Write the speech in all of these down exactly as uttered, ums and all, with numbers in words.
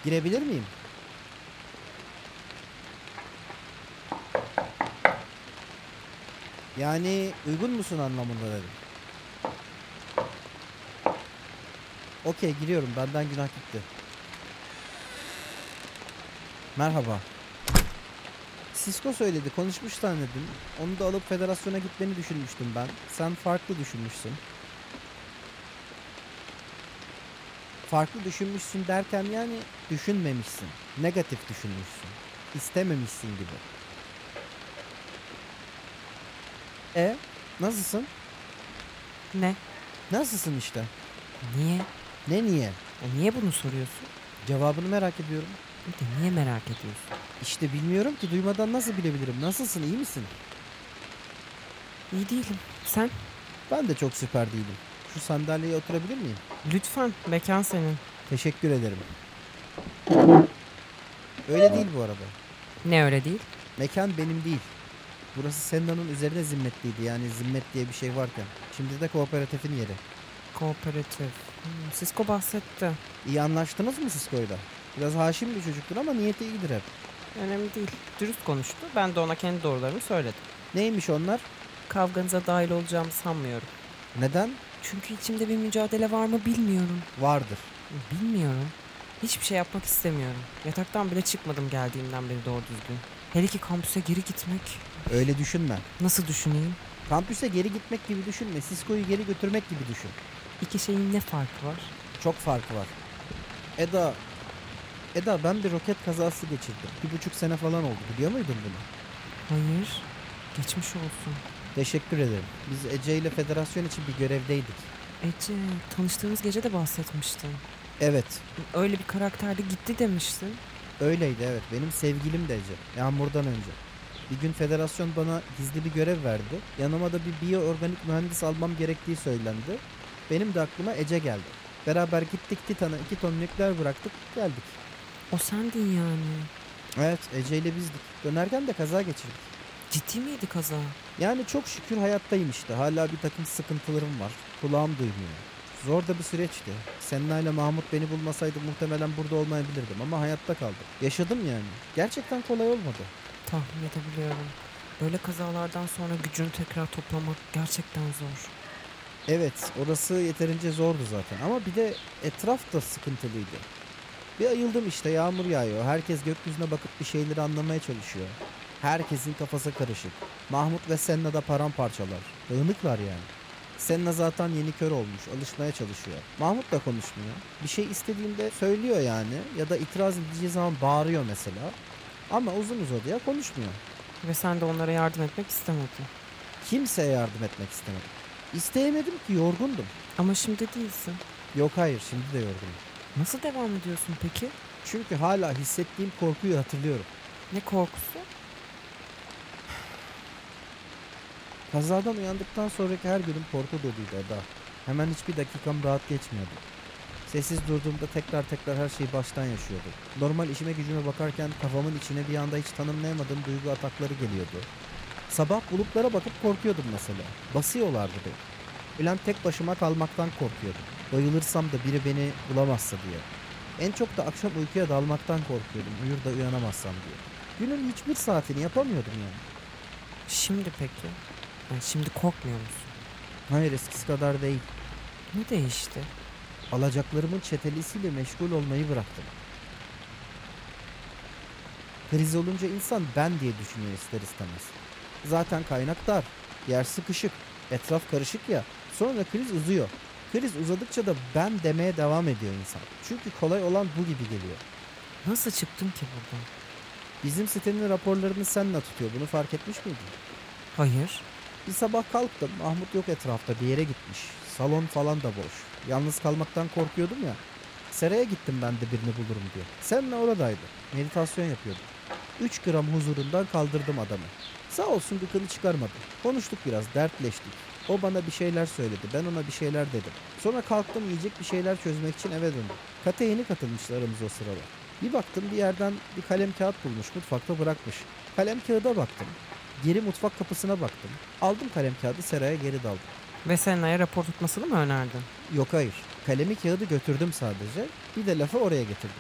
Girebilir miyim? Yani uygun musun anlamında dedim. Okey, giriyorum. Benden günah gitti. Merhaba. Sisko söyledi. Konuşmuş zannettim. Onu da alıp federasyona gitmeni düşünmüştüm ben. Sen farklı düşünmüşsün. Farklı düşünmüşsün derken yani düşünmemişsin. Negatif düşünmüşsün. İstememişsin gibi. E, nasılsın? Ne? Nasılsın işte? Niye? Ne niye? E niye bunu soruyorsun? Cevabını merak ediyorum. Bir de niye merak ediyorsun? İşte bilmiyorum ki, duymadan nasıl bilebilirim? Nasılsın, iyi misin? İyi değilim. Sen? Ben de çok süper değilim. Şu sandalyeye oturabilir miyim? Lütfen. Mekan senin. Teşekkür ederim. Öyle değil bu arada. Ne öyle değil? Mekan benim değil. Burası Senna'nın üzerine zimmetliydi, yani zimmet diye bir şey varken. Şimdi de kooperatifin yeri. Kooperatif. Hmm, Sisko bahsetti. İyi anlaştınız mı Sisko'yla? Biraz haşin bir çocuktur ama niyeti iyidir hep. Önemli değil. Dürüst konuştu. Ben de ona kendi doğrularımı söyledim. Neymiş onlar? Kavganıza dahil olacağımı sanmıyorum. Neden? Çünkü içimde bir mücadele var mı bilmiyorum. Vardır. Bilmiyorum. Hiçbir şey yapmak istemiyorum. Yataktan bile çıkmadım geldiğimden beri doğru düzgün. Hele ki kampüse geri gitmek. Öyle düşünme. Nasıl düşüneyim? Kampüse geri gitmek gibi düşünme. Sisko'yu geri götürmek gibi düşün. İki şeyin ne farkı var? Çok farkı var. Eda, Eda ben bir roket kazası geçirdim. Bir buçuk sene falan oldu. Biliyor muydun bunu? Hayır. Geçmiş olsun. Teşekkür ederim. Biz Ece ile federasyon için bir görevdeydik. Ece, tanıştığınız gece de bahsetmiştin. Evet, Öyle bir karakterdi gitti demiştin. öyleydi evet. Benim sevgilim de Ece. Yağmur'dan önce. Bir gün federasyon bana gizli bir görev verdi. Yanıma da bir biyoorganik mühendis almam gerektiği söylendi. Benim de aklıma Ece geldi. Beraber gittik Titan'a iki ton nükleer bıraktık, geldik. O sendin yani. Evet, Ece ile bizdik. Dönerken de kaza geçirdik. Ciddi miydi kaza? Yani çok şükür hayattayım işte. Hala bir takım sıkıntılarım var. Kulağım duymuyor. Zor da bir süreçti. Senna ile Mahmut beni bulmasaydı muhtemelen burada olmayabilirdim ama hayatta kaldım. Yaşadım yani. Gerçekten kolay olmadı. Tahmin edebiliyorum. Böyle kazalardan sonra gücünü tekrar toplamak gerçekten zor. Evet, orası yeterince zordu zaten ama bir de etraf da sıkıntılıydı. Bir ayıldım işte, yağmur yağıyor. Herkes gökyüzüne bakıp bir şeyleri anlamaya çalışıyor. Herkesin kafası karışık. Mahmut ve Senna da paramparçalar. Dağınıklar yani. Senna zaten yeni kör olmuş, alışmaya çalışıyor. Mahmut da konuşmuyor. Bir şey istediğinde söylüyor yani, ya da itiraz edeceği zaman bağırıyor mesela. Ama uzun uzadıya konuşmuyor. Ve sen de onlara yardım etmek istemedin. Kimseye yardım etmek istemedim. İsteyemedim ki, yorgundum. Ama şimdi değilsin. Yok hayır, şimdi de yorgunum. Nasıl devam ediyorsun peki? Çünkü hala hissettiğim korkuyu hatırlıyorum. Ne korkusu? Kazadan uyandıktan sonraki her günüm korku doluydu Eda. Hemen hiçbir dakikam rahat geçmiyordu. Sessiz durduğumda tekrar tekrar her şeyi baştan yaşıyordum. Normal işime gücüme bakarken kafamın içine bir anda hiç tanımlayamadığım duygu atakları geliyordu. Sabah bulutlara bakıp korkuyordum mesela. Basıyorlardı beni. Ulan tek başıma kalmaktan korkuyordum. Bayılırsam da biri beni bulamazsa diye. En çok da akşam uykuya dalmaktan korkuyordum, uyur da uyanamazsam diye. Günün hiçbir saatini yapamıyordum yani. Şimdi peki? Yani şimdi korkmuyor musun? Hayır, eskisi kadar değil. Ne değişti? Alacaklarımın çetelesiyle meşgul olmayı bıraktım. Kriz olunca insan ben diye düşünüyor ister istemez. Zaten kaynak dar, yer sıkışık, etraf karışık ya. Sonra kriz uzuyor. Kriz uzadıkça da ben demeye devam ediyor insan. Çünkü kolay olan bu gibi geliyor. Nasıl çıktın ki buradan? Bizim sitenin raporlarını Senna tutuyor. Bunu fark etmiş miydin? Hayır. Bir sabah kalktım. Mahmut yok etrafta. Bir yere gitmiş. Salon falan da boş. Yalnız kalmaktan korkuyordum ya. Seraya gittim ben de birini bulurum diye. Senna oradaydı. Meditasyon yapıyordu. üç gram huzurundan kaldırdım adamı. Sağ olsun gıkını çıkarmadı. Konuştuk biraz, dertleştik. O bana bir şeyler söyledi. Ben ona bir şeyler dedim. Sonra kalktım, yiyecek bir şeyler çözmek için eve döndüm. Kate yeni katılmıştı aramıza o sıralar. Bir baktım bir yerden bir kalem kağıt bulmuş, mutfakta bırakmış. Kalem kağıda baktım. Geri mutfak kapısına baktım. Aldım kalem kağıdı, seraya geri daldım. Ve Senna'ya rapor tutmasını mı önerdin? Yok hayır. Kalemi kağıdı götürdüm sadece. Bir de lafı oraya getirdim.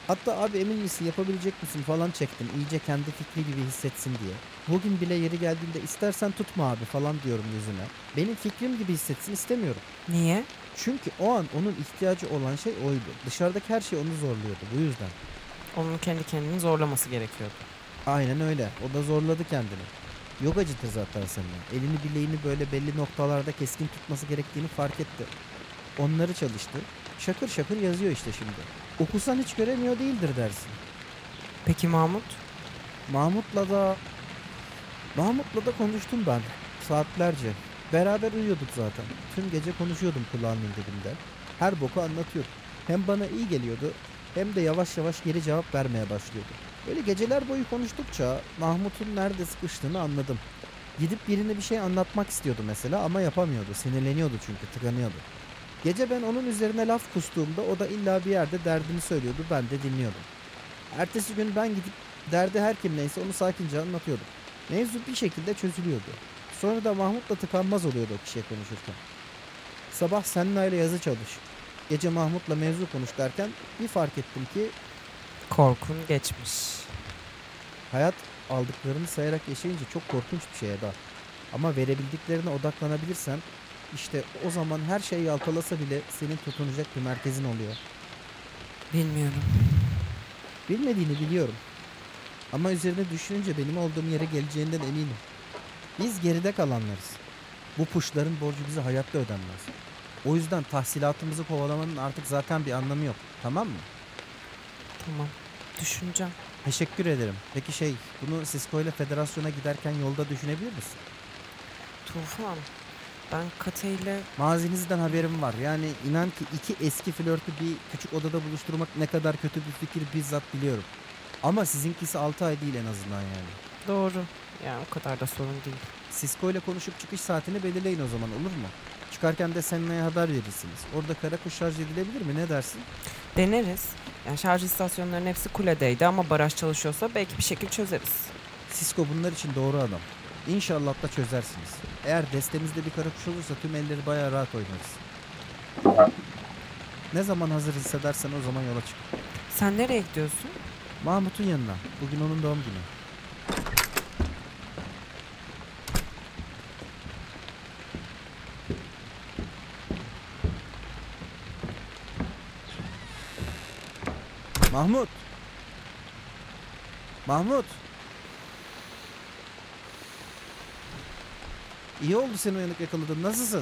Hatta abi emin misin yapabilecek misin falan çektim. İyice kendi fikri gibi hissetsin diye. Bugün bile yeri geldiğinde istersen tutma abi falan diyorum yüzüne. Benim fikrim gibi hissetsin istemiyorum. Niye? Çünkü o an onun ihtiyacı olan şey oydu. Dışarıdaki her şey onu zorluyordu bu yüzden. Onun kendi kendini zorlaması gerekiyordu. Aynen öyle. O da zorladı kendini. Yogacıdır zaten seninle. Elini bileğini böyle belli noktalarda keskin tutması gerektiğini fark etti. Onları çalıştı. Şakır şakır yazıyor işte şimdi. Okusan hiç göremiyor değildir dersin. Peki Mahmut? Mahmut'la da Mahmut'la da konuştum ben saatlerce. Beraber uyuyorduk zaten. Tüm gece konuşuyordum kulağının dibinde. Her boku anlatıyordum. Hem bana iyi geliyordu hem de yavaş yavaş geri cevap vermeye başlıyordu. Böyle geceler boyu konuştukça Mahmut'un nerede sıkıştığını anladım. Gidip birine bir şey anlatmak istiyordu mesela ama yapamıyordu. Sinirleniyordu çünkü tıkanıyordu. Gece ben onun üzerine laf kustuğumda o da illa bir yerde derdini söylüyordu, ben de dinliyordum. Ertesi gün ben gidip derdi her kim neyse onu sakince anlatıyordum. Mevzu bir şekilde çözülüyordu. Sonra da Mahmut'la tıkanmaz oluyordu o kişiye konuşurken. Sabah Senna ile yazı çalış. Gece Mahmut'la mevzu konuş derken bir fark ettim ki Korkun geçmiş. hayat aldıklarını sayarak yaşayınca çok korkunç bir şey Eda. Ama verebildiklerine odaklanabilirsen işte o zaman her şey yalpalasa bile senin tutunacak bir merkezin oluyor. Bilmiyorum. Bilmediğini biliyorum. Ama üzerine düşününce benim olduğum yere geleceğinden eminim. Biz geride kalanlarız. Bu puşların borcu bize hayatta ödenmez. O yüzden tahsilatımızı kovalamanın artık zaten bir anlamı yok. Tamam mı? Tamam. Düşüneceğim. Teşekkür ederim. Peki şey, bunu Cisco ile federasyona giderken yolda düşünebilir misin? Tufan. Ben Kate ile Mazinizden haberim var. Yani inan ki iki eski flörtü bir küçük odada buluşturmak ne kadar kötü bir fikir bizzat biliyorum. Ama sizinkisi altı ay değil en azından yani. doğru. Yani o kadar da sorun değil. Cisco ile konuşup çıkış saatini belirleyin o zaman, olur mu? Çıkarken de Senna'ya haber verirsiniz. Orada karakuş şarj edilebilir mi? Ne dersin? Deneriz. Yani şarj istasyonlarının hepsi kuledeydi ama baraj çalışıyorsa belki bir şekilde çözeriz. Cisco bunlar için doğru adam. İnşallah da çözersiniz. Eğer destemizde bir karakuş olursa tüm elleri bayağı rahat oynarız. Ne zaman hazır hissedersen o zaman yola çık. Sen nereye gidiyorsun? Mahmut'un yanına. Bugün onun doğum günü. Mahmut. Mahmut. İyi oldu seni uyanık yakaladım. Nasılsın?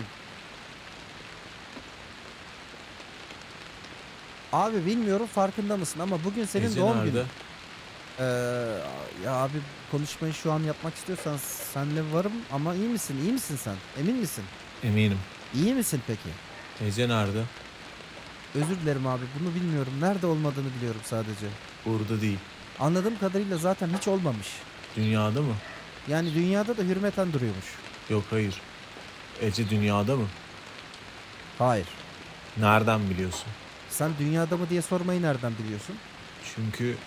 Abi bilmiyorum farkında mısın ama bugün senin Ece doğum nerede? günün. Ee, ya abi konuşmayı şu an yapmak istiyorsan senle varım ama iyi misin? İyi misin sen? Emin misin? Eminim. İyi misin peki? Ece nerede? Özür dilerim abi bunu bilmiyorum. Nerede olmadığını biliyorum sadece. Burada değil. Anladığım kadarıyla zaten hiç olmamış. Dünyada mı? Yani dünyada da hürmeten duruyormuş. Yok, hayır. Ece dünyada mı? Hayır. Nereden biliyorsun? Sen dünyada mı diye sormayı nereden biliyorsun? Çünkü...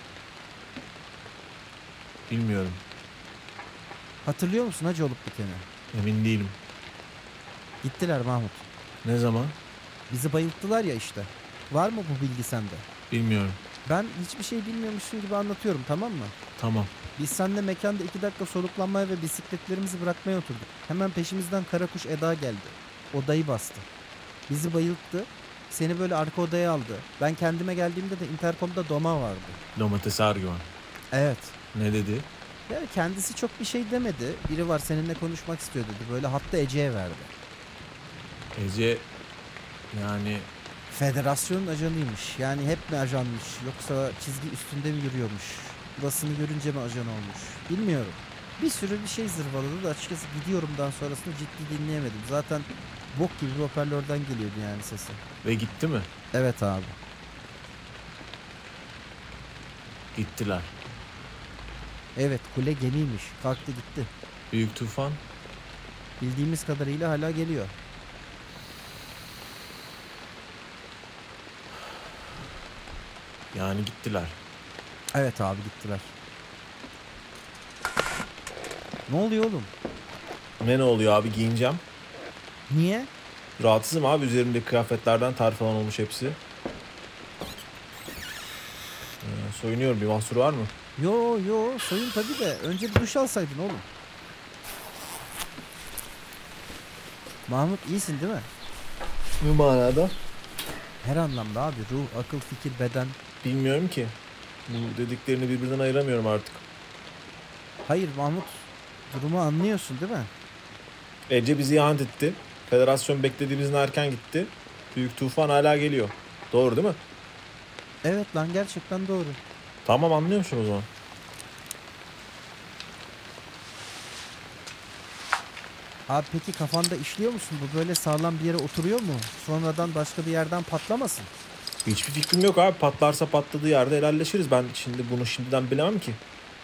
Bilmiyorum. Hatırlıyor musun hacı olup biteni? Emin değilim. Gittiler Mahmut. Ne zaman? Bizi bayılttılar ya işte. Var mı bu bilgi sende? Bilmiyorum. Ben hiçbir şey bilmiyormuşsun gibi anlatıyorum, tamam mı? Tamam. Biz seninle mekanda iki dakika soluklanmaya ve bisikletlerimizi bırakmaya oturduk. Hemen peşimizden Karakuş Eda geldi. Odayı bastı. Bizi bayılttı. Seni böyle arka odaya aldı. Ben kendime geldiğimde de interkomda Doma vardı. Domates Erdoğan. Evet. Ne dedi? Yani kendisi çok bir şey demedi. Biri var seninle konuşmak istiyor dedi. Böyle hatta Ece'ye verdi. Ece... Yani... Federasyonun ajanıymış. Yani hep mi ajanmış yoksa çizgi üstünde mi yürüyormuş? Burasını görünce mi ajan olmuş? Bilmiyorum. Bir sürü bir şey zırvaladı da açıkçası gidiyorumdan sonrasını ciddi dinleyemedim. Zaten bok gibi bir hoparlörden geliyordu yani sesi. Ve gitti mi? Evet abi. Gittiler. Evet kule gemiymiş. Kalktı gitti. Büyük tufan. Bildiğimiz kadarıyla hala geliyor. Yani gittiler. Evet abi gittiler. Ne oluyor oğlum? Ne ne oluyor abi, giyineceğim. Niye? Rahatsızım abi, üzerimdeki kıyafetlerden ter falan olmuş hepsi. Soyunuyorum, bir mahsuru var mı? Yo yo soyun tabii de önce bir duş alsaydın oğlum. Mahmut iyisin değil mi? Bu manada? Her anlamda abi, ruh, akıl, fikir, beden. Bilmiyorum ki. Bu dediklerini birbirinden ayıramıyorum artık. Hayır Mahmut, durumu anlıyorsun değil mi? Ece bizi ihanet etti. Federasyon beklediğimizden erken gitti. Büyük tufan hala geliyor. Doğru değil mi? Evet lan, gerçekten doğru. Tamam, anlıyormuşum o zaman. Abi peki kafanda işliyor musun? Bu böyle sağlam bir yere oturuyor mu? Sonradan başka bir yerden patlamasın. Hiçbir fikrim yok abi. Patlarsa patladığı yerde helalleşiriz. Ben şimdi bunu şimdiden bilemem ki.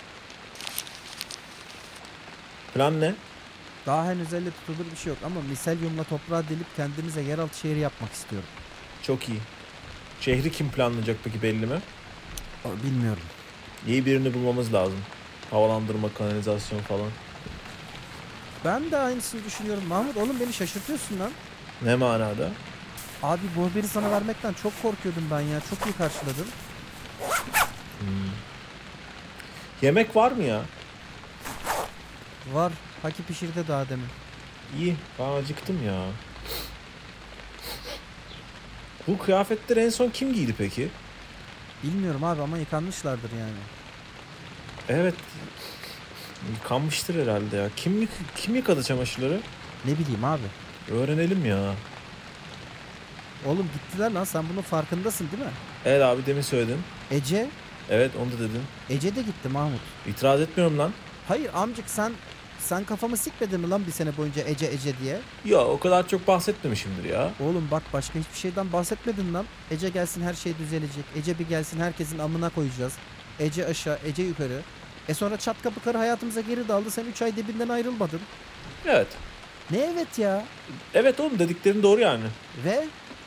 Plan ne? Daha henüz elle tutulur bir şey yok ama miselyumla toprağa delip kendimize yeraltı şehri yapmak istiyorum. Çok iyi. Şehri kim planlayacak peki, belli mi? Aa, bilmiyorum. İyi birini bulmamız lazım. Havalandırma, kanalizasyon falan. Ben de aynısını düşünüyorum. Mahmut oğlum, beni şaşırtıyorsun lan. Ne manada? Abi bu haberi sana vermekten çok korkuyordum ben ya. Çok iyi karşıladın. Hmm. Yemek var mı ya? Var. Haki pişirdi daha demin. İyi. Ben acıktım ya. Bu kıyafetleri en son kim giydi peki? Bilmiyorum abi ama yıkanmışlardır yani. Evet. Yıkanmıştır herhalde ya. Kim, yık kim yıkadı çamaşırları? Ne bileyim abi. Öğrenelim ya. Oğlum gittiler lan, sen bunun farkındasın değil mi? Evet abi, demin söyledin. Ece. Evet, onu da dedin. Ece de gitti Mahmut. İtiraz etmiyorum lan. Hayır amcık, sen sen kafamı sikmedin mi lan bir sene boyunca Ece Ece diye? Ya o kadar çok bahsetmemişimdir ya. Oğlum bak, başka hiçbir şeyden bahsetmedin lan. Ece gelsin her şey düzelecek. Ece bir gelsin herkesin amına koyacağız. Ece aşağı, Ece yukarı. E sonra çat kapı karı hayatımıza geri daldı. Sen üç ay dibinden ayrılmadın. Evet. Ne evet ya? Evet oğlum, dediklerin doğru yani. Ve?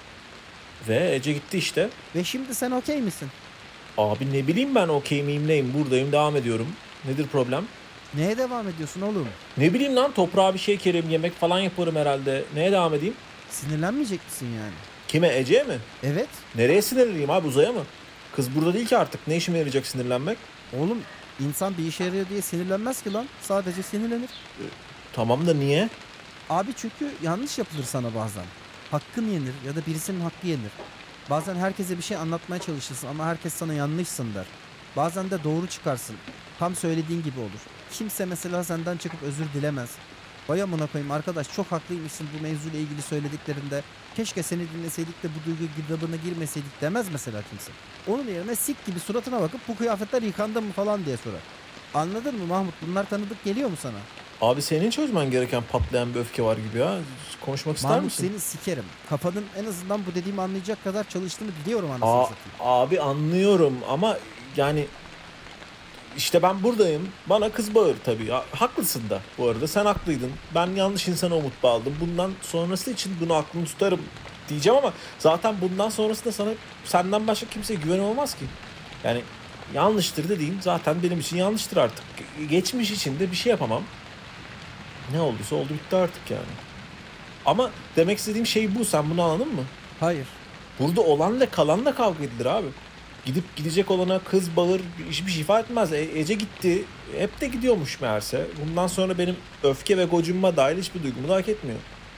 Ve Ece gitti işte. Ve şimdi sen okey misin? Abi ne bileyim ben, okey miyim neyim, buradayım, devam ediyorum. Nedir problem? Neye devam ediyorsun oğlum? Ne bileyim lan, toprağa bir şey ekerim, yemek falan yaparım herhalde. Neye devam edeyim? Sinirlenmeyecek misin yani? Kime, Ece'ye mi? Evet. Nereye sinirliyim abi, uzaya mı? Kız burada değil ki artık, ne işime yarayacak sinirlenmek? Oğlum insan bir işe yarıyor diye sinirlenmez ki lan. Sadece sinirlenir. Tamam da niye? Abi çünkü yanlış yapılır sana bazen. Hakkın yenir ya da birisinin hakkı yenir. Bazen herkese bir şey anlatmaya çalışırsın ama herkes sana yanlışsın der. Bazen de doğru çıkarsın. Tam söylediğin gibi olur. Kimse mesela senden çıkıp özür dilemez. Vay amına koyayım arkadaş, çok haklıymışsın bu mevzuyla ilgili söylediklerinde. Keşke seni dinleseydik de bu duygu girdabına girmeseydik demez mesela kimse. Onun yerine sik gibi suratına bakıp bu kıyafetler yıkandı mı falan diye sorar. Anladın mı Mahmut? Bunlar tanıdık geliyor mu sana? Abi senin çözmen gereken patlayan bir öfke var gibi ya. Konuşmak ister Mahmut misin? seni sikerim. Kafanın en azından bu dediğimi anlayacak kadar çalıştığını biliyorum anasını Aa, satayım. abi anlıyorum ama yani işte ben buradayım. Bana kız bağır tabii. Ya, haklısın da bu arada. Sen haklıydın. Ben yanlış insana umut bağladım. Bundan sonrası için bunu aklını tutarım diyeceğim ama zaten bundan sonrasında sana, senden başka kimseye güvenim olmaz ki. Yani yanlıştır dediğin zaten benim için yanlıştır artık. Geçmiş için de bir şey yapamam. Ne olduysa oldu, bitti artık yani. Ama demek istediğim şey bu. Sen bunu anladın mı? Hayır. Burada olanla kalanla kavga edilir abi. Gidip gidecek olana kız bağır, hiçbir şey ifade etmez. E- Ece gitti. Hep de gidiyormuş meğerse. Bundan sonra benim öfke ve gocunma dahil hiçbir duygumu da hak etmiyor.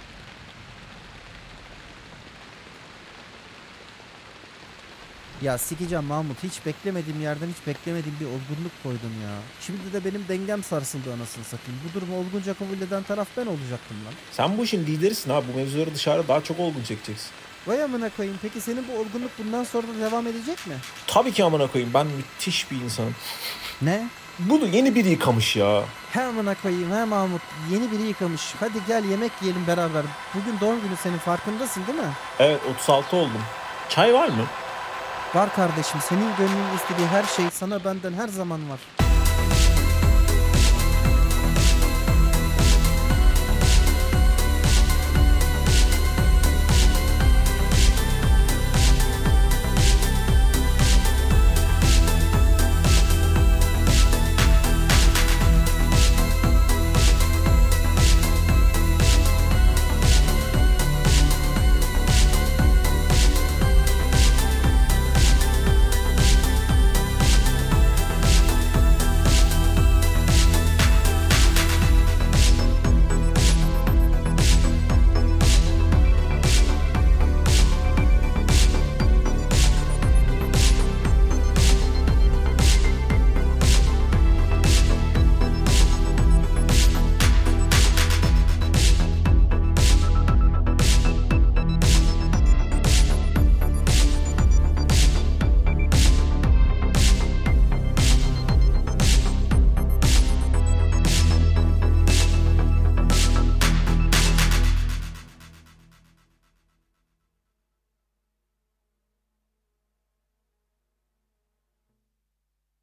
Ya sikeceğim Mahmut, hiç beklemediğim yerden hiç beklemediğim bir olgunluk koydun ya. Şimdi de benim dengem sarsıldı anasını satayım. Bu durumu olgunca kabul eden taraf ben olacaktım lan. Sen bu işin liderisin abi. Bu mevzuları dışarıda daha çok olgun çekeceksin. Vay amına koyayım, peki senin bu olgunluk bundan sonra da devam edecek mi? Tabii ki amına koyayım. Ben müthiş bir insanım. Ne? Bunu yeni biri yıkamış ya. He amına koyayım he Mahmut, yeni biri yıkamış. Hadi gel yemek yiyelim beraber. Bugün doğum günü senin, farkındasın değil mi? Evet, otuz altı oldum. Çay var mı? Var kardeşim, senin gönlün istediği her şey sana benden her zaman var.